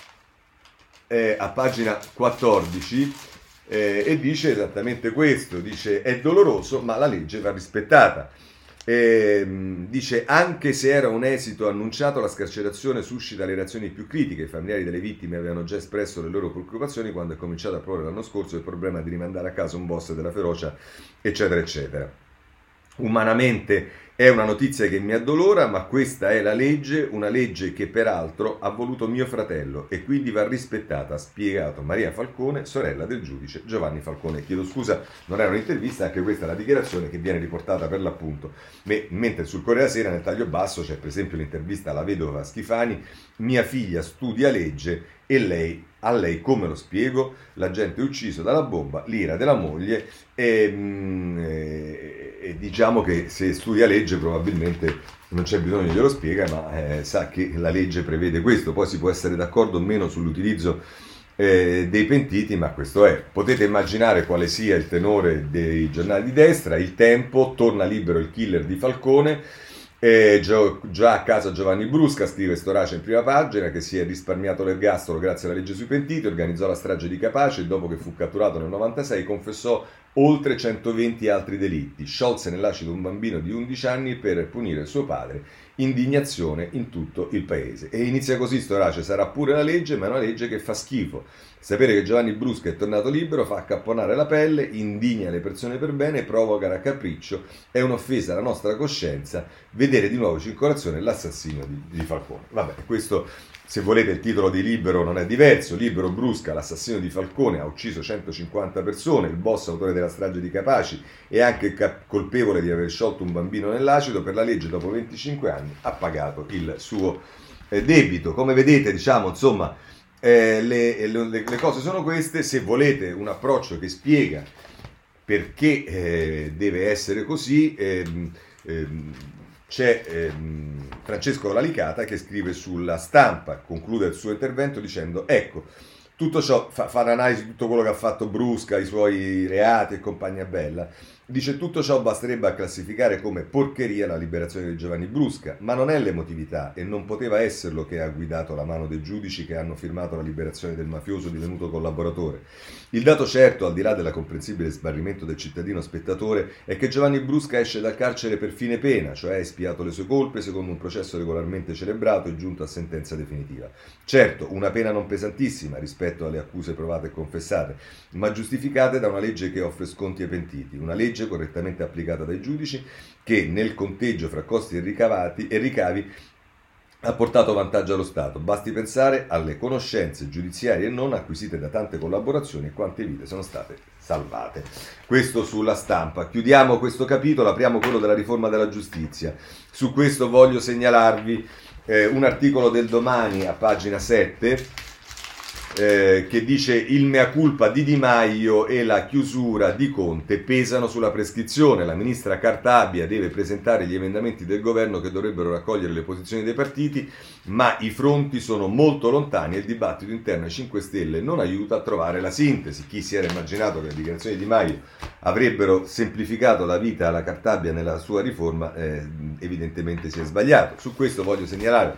A: a pagina 14, e dice esattamente questo, dice è doloroso ma la legge va rispettata, dice anche se era un esito annunciato la scarcerazione suscita le reazioni più critiche, i familiari delle vittime avevano già espresso le loro preoccupazioni quando è cominciato a proporre l'anno scorso il problema di rimandare a casa un boss della ferocia eccetera eccetera. Umanamente è una notizia che mi addolora, ma questa è la legge, una legge che peraltro ha voluto mio fratello e quindi va rispettata, ha spiegato Maria Falcone, sorella del giudice Giovanni Falcone. Chiedo scusa, non era un'intervista, anche questa è la dichiarazione che viene riportata per l'appunto. Mentre sul Corriere della Sera, nel taglio basso, c'è per esempio l'intervista alla vedova Schifani, mia figlia studia legge e a lei come lo spiego? La gente è ucciso dalla bomba, l'ira della moglie e diciamo che se studia legge probabilmente non c'è bisogno glielo spiega, ma sa che la legge prevede questo. Poi si può essere d'accordo o meno sull'utilizzo dei pentiti, ma questo è. Potete immaginare quale sia il tenore dei giornali di destra. Il Tempo, torna libero il killer di Falcone. Già a casa Giovanni Brusca, scrive Storace in prima pagina, che si è risparmiato l'ergastolo grazie alla legge sui pentiti, organizzò la strage di Capaci e dopo che fu catturato nel 96 confessò oltre 120 altri delitti, sciolse nell'acido un bambino di 11 anni per punire suo padre, indignazione in tutto il paese. E inizia così Storace, sarà pure la legge, ma è una legge che fa schifo. Sapere che Giovanni Brusca è tornato libero fa accapponare la pelle, indigna le persone per bene, provoca raccapriccio, è un'offesa alla nostra coscienza vedere di nuovo in circolazione l'assassinio di Falcone. Vabbè, questo, se volete, il titolo di Libero non è diverso. Libero, Brusca, l'assassino di Falcone, ha ucciso 150 persone, il boss autore della strage di Capaci e anche colpevole di aver sciolto un bambino nell'acido, per la legge dopo 25 anni ha pagato il suo debito. Come vedete, diciamo, insomma, le cose sono queste. Se volete un approccio che spiega perché deve essere così, c'è Francesco Lalicata che scrive sulla Stampa, conclude il suo intervento dicendo ecco, tutto ciò, fa un'analisi di tutto quello che ha fatto Brusca, i suoi reati e compagnia bella. Dice tutto ciò basterebbe a classificare come porcheria la liberazione di Giovanni Brusca, ma non è l'emotività e non poteva esserlo che ha guidato la mano dei giudici che hanno firmato la liberazione del mafioso divenuto collaboratore. Il dato certo, al di là del comprensibile sbarrimento del cittadino spettatore, è che Giovanni Brusca esce dal carcere per fine pena, cioè ha espiato le sue colpe secondo un processo regolarmente celebrato e giunto a sentenza definitiva. Certo, una pena non pesantissima rispetto alle accuse provate e confessate, ma giustificate da una legge che offre sconti ai pentiti, una legge correttamente applicata dai giudici che nel conteggio fra costi e ricavi ha portato vantaggio allo Stato. Basti pensare alle conoscenze giudiziarie e non acquisite da tante collaborazioni e quante vite sono state salvate. Questo sulla Stampa. Chiudiamo questo capitolo, apriamo quello della riforma della giustizia. Su questo voglio segnalarvi un articolo del Domani a pagina 7 che dice: il mea culpa di Di Maio e la chiusura di Conte pesano sulla prescrizione. La ministra Cartabia deve presentare gli emendamenti del governo che dovrebbero raccogliere le posizioni dei partiti, ma i fronti sono molto lontani e il dibattito interno ai 5 Stelle non aiuta a trovare la sintesi. Chi si era immaginato che le dichiarazioni di Di Maio avrebbero semplificato la vita alla Cartabia nella sua riforma evidentemente si è sbagliato. Su questo voglio segnalare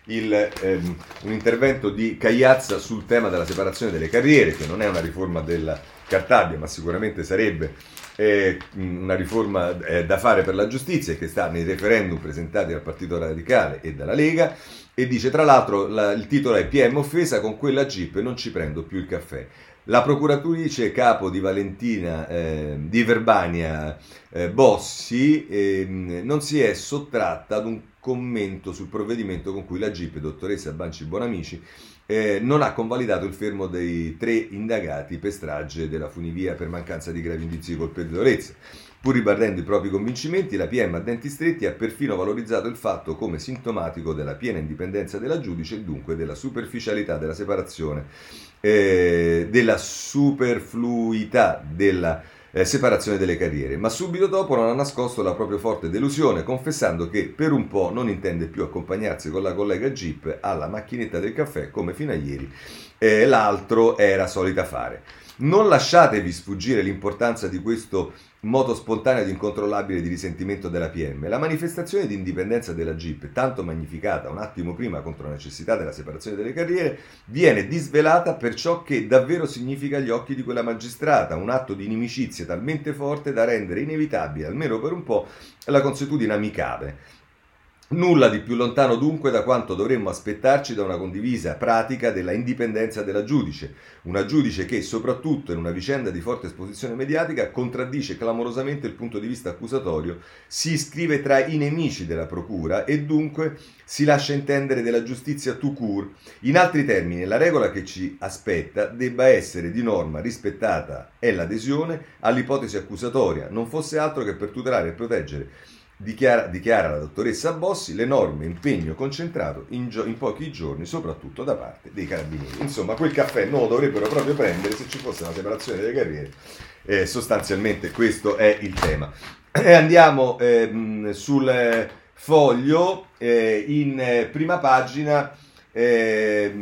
A: un intervento di Cagliazza sul tema della separazione delle carriere, che non è una riforma della Cartabia, ma sicuramente sarebbe una riforma da fare per la giustizia, che sta nei referendum presentati dal Partito Radicale e dalla Lega, e dice tra l'altro il titolo è PM offesa, con quella Gip non ci prendo più il caffè. La procuratrice capo di Valentina di Verbania Bossi non si è sottratta ad un commento sul provvedimento con cui la Gip, dottoressa Banci Bonamici, non ha convalidato il fermo dei 3 indagati per strage della funivia per mancanza di gravi indizi di colpevolezza. Pur ribadendo i propri convincimenti, la PM a denti stretti ha perfino valorizzato il fatto come sintomatico della piena indipendenza della giudice e dunque della superficialità della separazione, della superfluità della separazione delle carriere, ma subito dopo non ha nascosto la propria forte delusione, confessando che per un po' non intende più accompagnarsi con la collega Gip alla macchinetta del caffè come fino a ieri l'altro era solita fare. Non lasciatevi sfuggire l'importanza di questo moto spontaneo ed incontrollabile di risentimento della PM. La manifestazione di indipendenza della Gip, tanto magnificata un attimo prima contro la necessità della separazione delle carriere, viene disvelata per ciò che davvero significa agli occhi di quella magistrata, un atto di inimicizia talmente forte da rendere inevitabile, almeno per un po', la consuetudine amicale. Nulla di più lontano dunque da quanto dovremmo aspettarci da una condivisa pratica della indipendenza della giudice, una giudice che, soprattutto in una vicenda di forte esposizione mediatica, contraddice clamorosamente il punto di vista accusatorio, si iscrive tra i nemici della procura e dunque si lascia intendere della giustizia tout court. In altri termini, la regola che ci aspetta debba essere di norma rispettata è l'adesione all'ipotesi accusatoria, non fosse altro che per tutelare e proteggere, dichiara la dottoressa Bossi, l'enorme impegno concentrato in pochi giorni, soprattutto da parte dei carabinieri. Insomma, quel caffè non lo dovrebbero proprio prendere se ci fosse una separazione delle carriere. Sostanzialmente questo è il tema. Andiamo sul Foglio, in prima pagina c'è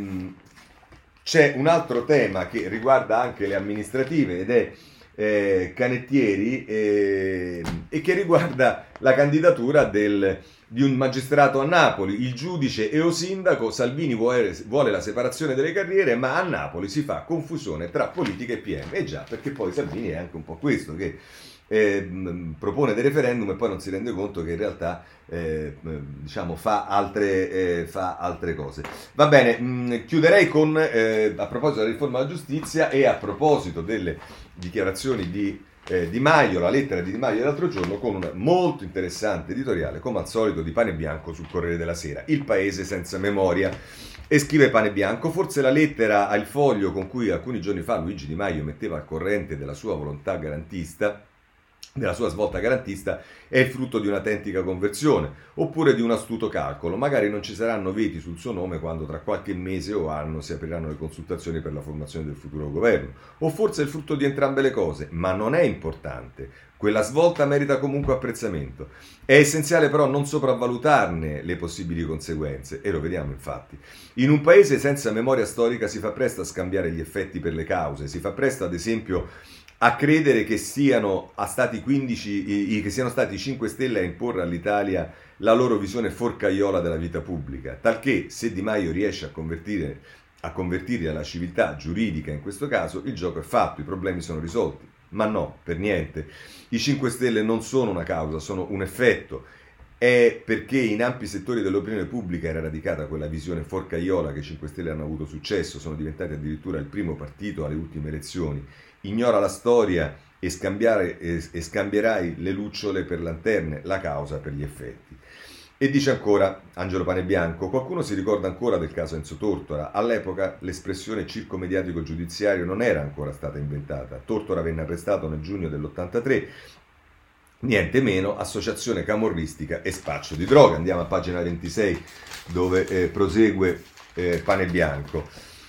A: un altro tema che riguarda anche le amministrative ed è Canettieri e che riguarda la candidatura di un magistrato a Napoli. Il giudice e o sindaco, Salvini vuole la separazione delle carriere, ma a Napoli si fa confusione tra politica e PM. E già, perché poi Salvini è anche un po' questo, che propone dei referendum e poi non si rende conto che in realtà fa altre cose. Va bene, chiuderei con a proposito della riforma della giustizia e a proposito delle dichiarazioni di Di Maio, la lettera di Di Maio dell'altro giorno, con un molto interessante editoriale, come al solito, di Pane Bianco sul Corriere della Sera, Il paese senza memoria. E scrive Pane Bianco: forse la lettera al Foglio con cui alcuni giorni fa Luigi Di Maio metteva al corrente della sua volontà garantista, della sua svolta garantista, è il frutto di un'autentica conversione, oppure di un astuto calcolo. Magari non ci saranno veti sul suo nome quando tra qualche mese o anno si apriranno le consultazioni per la formazione del futuro governo, o forse è il frutto di entrambe le cose, ma non è importante. Quella svolta merita comunque apprezzamento. È essenziale però non sopravvalutarne le possibili conseguenze, e lo vediamo infatti. In un paese senza memoria storica si fa presto a scambiare gli effetti per le cause, si fa presto ad esempio a credere che siano stati i 5 Stelle a imporre all'Italia la loro visione forcaiola della vita pubblica, talché se Di Maio riesce a convertirli alla civiltà giuridica in questo caso, il gioco è fatto, i problemi sono risolti. Ma no, per niente. I 5 Stelle non sono una causa, sono un effetto. È perché in ampi settori dell'opinione pubblica era radicata quella visione forcaiola che i 5 Stelle hanno avuto successo, sono diventati addirittura il primo partito alle ultime elezioni. Ignora la storia e scambierai le lucciole per lanterne, la causa per gli effetti. E dice ancora Angelo Panebianco: qualcuno si ricorda ancora del caso Enzo Tortora? All'epoca l'espressione circo mediatico giudiziario non era ancora stata inventata. Tortora venne arrestato nel giugno dell'83, niente meno, associazione camorristica e spaccio di droga. Andiamo a pagina 26 dove prosegue Panebianco.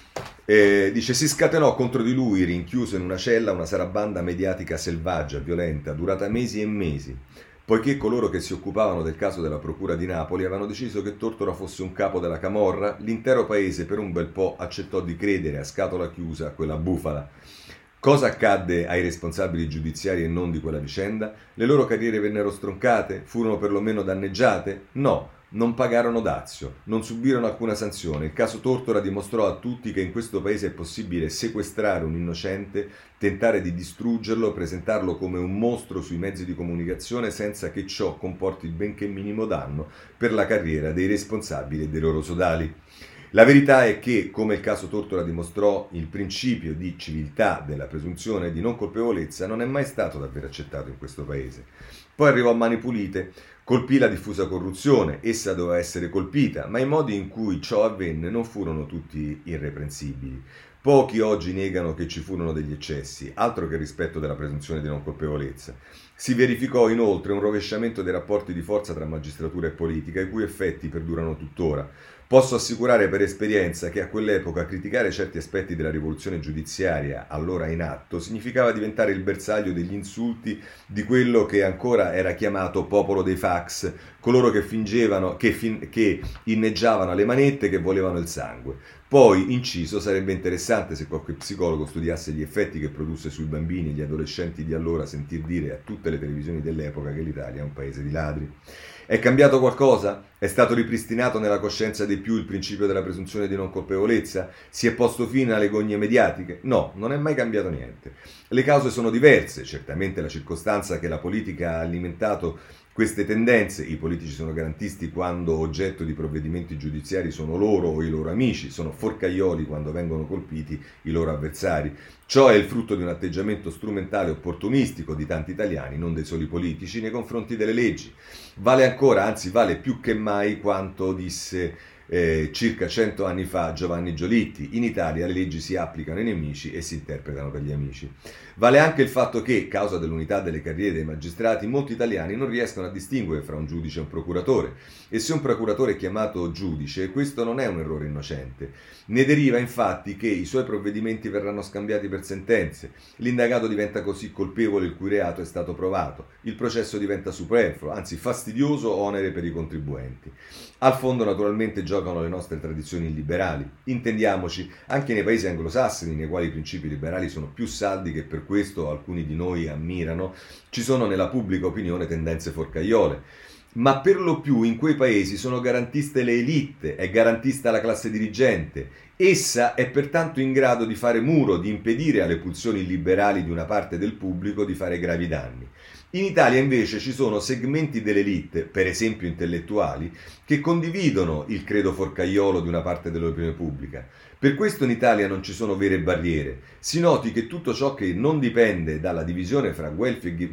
A: Dice: si scatenò contro di lui, rinchiuso in una cella, una sarabanda mediatica selvaggia, violenta, durata mesi e mesi, poiché coloro che si occupavano del caso della procura di Napoli avevano deciso che Tortora fosse un capo della camorra. L'intero paese per un bel po' accettò di credere a scatola chiusa a quella bufala. Cosa accadde ai responsabili giudiziari e non di quella vicenda? Le loro carriere vennero stroncate? Furono perlomeno danneggiate? No, non pagarono dazio, non subirono alcuna sanzione. Il caso Tortora dimostrò a tutti che in questo paese è possibile sequestrare un innocente, tentare di distruggerlo, presentarlo come un mostro sui mezzi di comunicazione senza che ciò comporti il benché minimo danno per la carriera dei responsabili e dei loro sodali. La verità è che, come il caso Tortora dimostrò, il principio di civiltà della presunzione di non colpevolezza non è mai stato davvero accettato in questo paese. Poi arrivò a Mani Pulite, colpì la diffusa corruzione, essa doveva essere colpita, ma i modi in cui ciò avvenne non furono tutti irreprensibili. Pochi oggi negano che ci furono degli eccessi, altro che rispetto della presunzione di non colpevolezza. Si verificò inoltre un rovesciamento dei rapporti di forza tra magistratura e politica, i cui effetti perdurano tuttora. Posso assicurare per esperienza che a quell'epoca criticare certi aspetti della rivoluzione giudiziaria allora in atto significava diventare il bersaglio degli insulti di quello che ancora era chiamato popolo dei fax, coloro che fingevano, che inneggiavano alle manette, che volevano il sangue. Poi, inciso, sarebbe interessante se qualche psicologo studiasse gli effetti che produsse sui bambini e gli adolescenti di allora sentir dire a tutte le televisioni dell'epoca che l'Italia è un paese di ladri. È cambiato qualcosa? È stato ripristinato nella coscienza dei più il principio della presunzione di non colpevolezza? Si è posto fine alle gogne mediatiche? No, non è mai cambiato niente. Le cause sono diverse, certamente la circostanza che la politica ha alimentato queste tendenze. I politici sono garantisti quando oggetto di provvedimenti giudiziari sono loro o i loro amici, sono forcaioli quando vengono colpiti i loro avversari. Ciò è il frutto di un atteggiamento strumentale opportunistico di tanti italiani, non dei soli politici, nei confronti delle leggi. Vale ancora, anzi vale più che mai quanto disse circa 100 anni fa Giovanni Giolitti: in Italia le leggi si applicano ai nemici e si interpretano per gli amici. Vale anche il fatto che, causa dell'unità delle carriere dei magistrati, molti italiani non riescono a distinguere fra un giudice e un procuratore, e se un procuratore è chiamato giudice, questo non è un errore innocente. Ne deriva infatti che i suoi provvedimenti verranno scambiati per sentenze, l'indagato diventa così colpevole il cui reato è stato provato, il processo diventa superfluo, anzi fastidioso onere per i contribuenti. Al fondo naturalmente giocano le nostre tradizioni liberali. Intendiamoci, anche nei paesi anglosassoni, nei quali i principi liberali sono più saldi, che per questo alcuni di noi ammirano, ci sono nella pubblica opinione tendenze forcaiole. Ma per lo più in quei paesi sono garantiste le élite, è garantista la classe dirigente. Essa è pertanto in grado di fare muro, di impedire alle pulsioni liberali di una parte del pubblico di fare gravi danni. In Italia invece ci sono segmenti dell'elite, per esempio intellettuali, che condividono il credo forcaiolo di una parte dell'opinione pubblica. Per questo in Italia non ci sono vere barriere. Si noti che tutto ciò che non dipende dalla divisione fra Guelfi e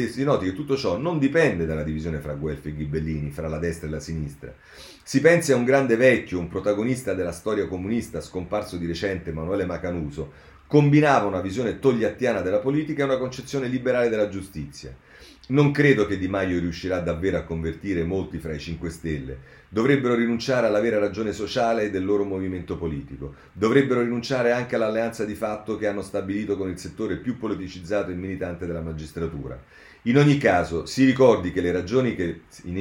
A: Ghibellini, fra la destra e la sinistra. Si pensi a un grande vecchio, un protagonista della storia comunista scomparso di recente, Emanuele Macanuso, combinava una visione togliattiana della politica e una concezione liberale della giustizia. Non credo che Di Maio riuscirà davvero a convertire molti fra i 5 Stelle. Dovrebbero rinunciare alla vera ragione sociale del loro movimento politico. Dovrebbero rinunciare anche all'alleanza di fatto che hanno stabilito con il settore più politicizzato e militante della magistratura. In ogni caso, si ricordi che le ragioni che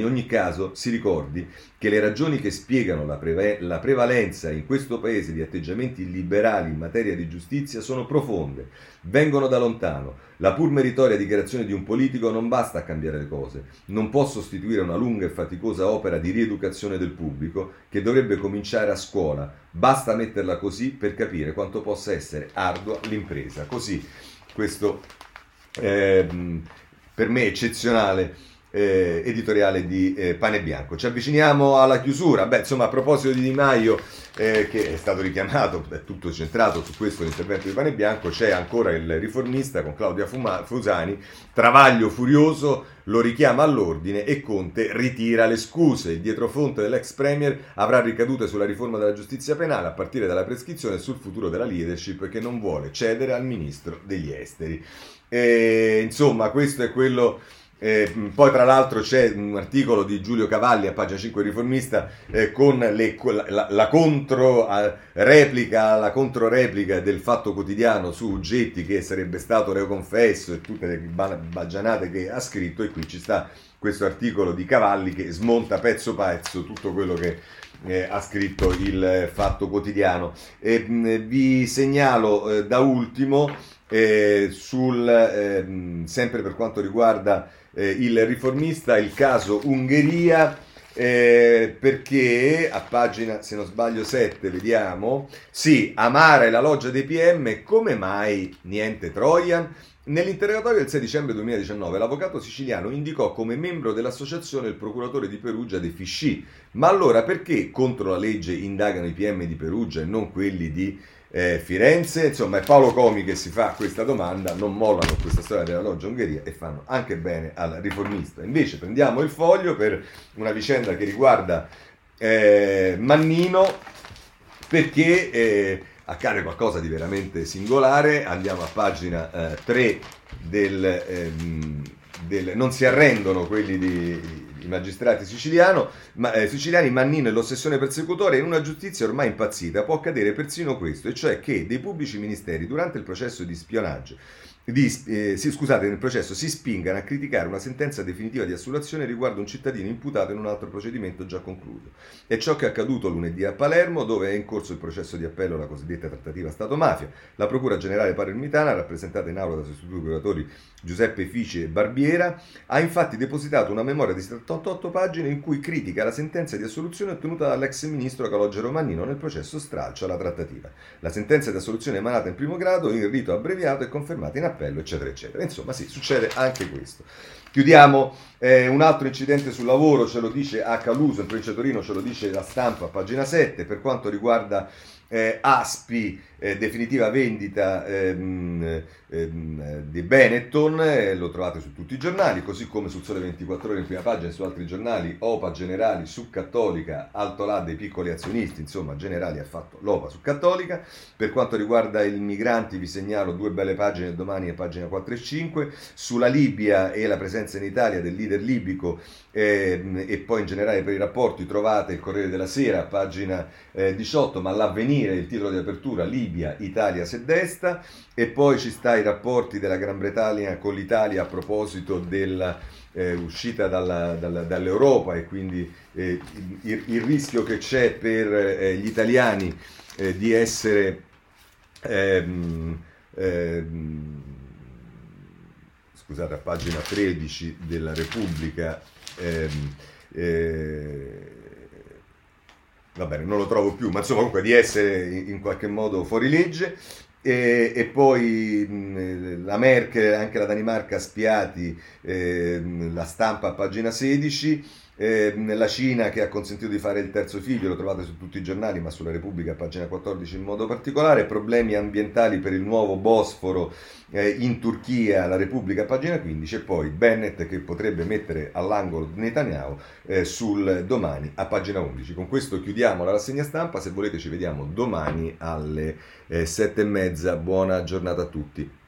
A: spiegano la prevalenza in questo paese di atteggiamenti liberali in materia di giustizia sono profonde, vengono da lontano. La pur meritoria dichiarazione di un politico non basta a cambiare le cose, non può sostituire una lunga e faticosa opera di rieducazione del pubblico che dovrebbe cominciare a scuola. Basta metterla così per capire quanto possa essere ardua l'impresa. Così questo per me eccezionale editoriale di Pane Bianco. Ci avviciniamo alla chiusura. Beh, insomma, a proposito di Di Maio, che è stato richiamato, è tutto centrato su questo l'intervento di Pane Bianco, c'è ancora il Riformista con Claudia Fusani, Travaglio furioso, lo richiama all'ordine e Conte ritira le scuse. Il dietrofront dell'ex premier avrà ricadute sulla riforma della giustizia penale a partire dalla prescrizione e sul futuro della leadership che non vuole cedere al ministro degli esteri. Insomma, questo è quello. Poi tra l'altro c'è un articolo di Giulio Cavalli a pagina 5 Riformista con la controreplica del Fatto Quotidiano su Getti che sarebbe stato reo confesso e tutte le baggianate che ha scritto, e qui ci sta questo articolo di Cavalli che smonta pezzo pezzo tutto quello che ha scritto il Fatto Quotidiano. Vi segnalo da ultimo sempre per quanto riguarda il Riformista, il caso Ungheria, perché a pagina, se non sbaglio, 7, vediamo, sì, amara è la loggia dei PM, come mai niente Trojan? Nell'interrogatorio del 6 dicembre 2019 l'avvocato siciliano indicò come membro dell'associazione il procuratore di Perugia De Fisci. Ma allora perché contro la legge indagano i PM di Perugia e non quelli di Firenze? Insomma, è Paolo Comi che si fa questa domanda, non mollano questa storia della loggia Ungheria e fanno anche bene al Riformista. Invece prendiamo il Foglio per una vicenda che riguarda Mannino, perché accade qualcosa di veramente singolare. Andiamo a pagina 3 non si arrendono quelli i magistrati siciliani. Mannino e l'ossessione persecutore in una giustizia ormai impazzita può accadere persino questo, e cioè che dei pubblici ministeri durante il processo di spionaggio nel processo si spingano a criticare una sentenza definitiva di assoluzione riguardo un cittadino imputato in un altro procedimento già concluso. È ciò che è accaduto lunedì a Palermo, dove è in corso il processo di appello alla cosiddetta trattativa Stato-mafia. La Procura Generale palermitana, rappresentata in aula da sostituti procuratori Giuseppe Fici e Barbiera, ha infatti depositato una memoria di 78 pagine in cui critica la sentenza di assoluzione ottenuta dall'ex ministro Calogero Mannino nel processo stralcio alla trattativa. La sentenza di assoluzione emanata in primo grado, in rito abbreviato e confermata in appello, eccetera, eccetera. Insomma, sì, succede anche questo. Chiudiamo un altro incidente sul lavoro, ce lo dice a Caluso, in provincia di Torino, ce lo dice La Stampa, pagina 7, per quanto riguarda Aspi, definitiva vendita di Benetton, lo trovate su tutti i giornali, così come sul Sole 24 Ore in prima pagina e su altri giornali. OPA Generali su Cattolica, alto là dei piccoli azionisti, insomma Generali ha fatto l'OPA su Cattolica. Per quanto riguarda i migranti vi segnalo due belle pagine domani a pagina 4 e 5, sulla Libia e la presenza in Italia del leader libico e poi in generale per i rapporti trovate il Corriere della Sera, pagina 18, ma l'Avvenire, il titolo di apertura, Libia, Italia se desta, e poi ci sta i rapporti della Gran Bretagna con l'Italia a proposito della uscita dall'Europa e quindi il rischio che c'è per gli italiani di essere scusate, a pagina 13 della Repubblica, va bene, non lo trovo più, ma insomma comunque di essere in qualche modo fuori legge. E poi la Merkel, anche la Danimarca spiati, La Stampa a pagina 16. La Cina che ha consentito di fare il terzo figlio, lo trovate su tutti i giornali, ma sulla Repubblica a pagina 14 in modo particolare. Problemi ambientali per il nuovo Bosforo in Turchia, la Repubblica a pagina 15, e poi Bennett che potrebbe mettere all'angolo Netanyahu sul Domani a pagina 11. Con questo chiudiamo la rassegna stampa, se volete ci vediamo domani alle 7:30. Buona giornata a tutti.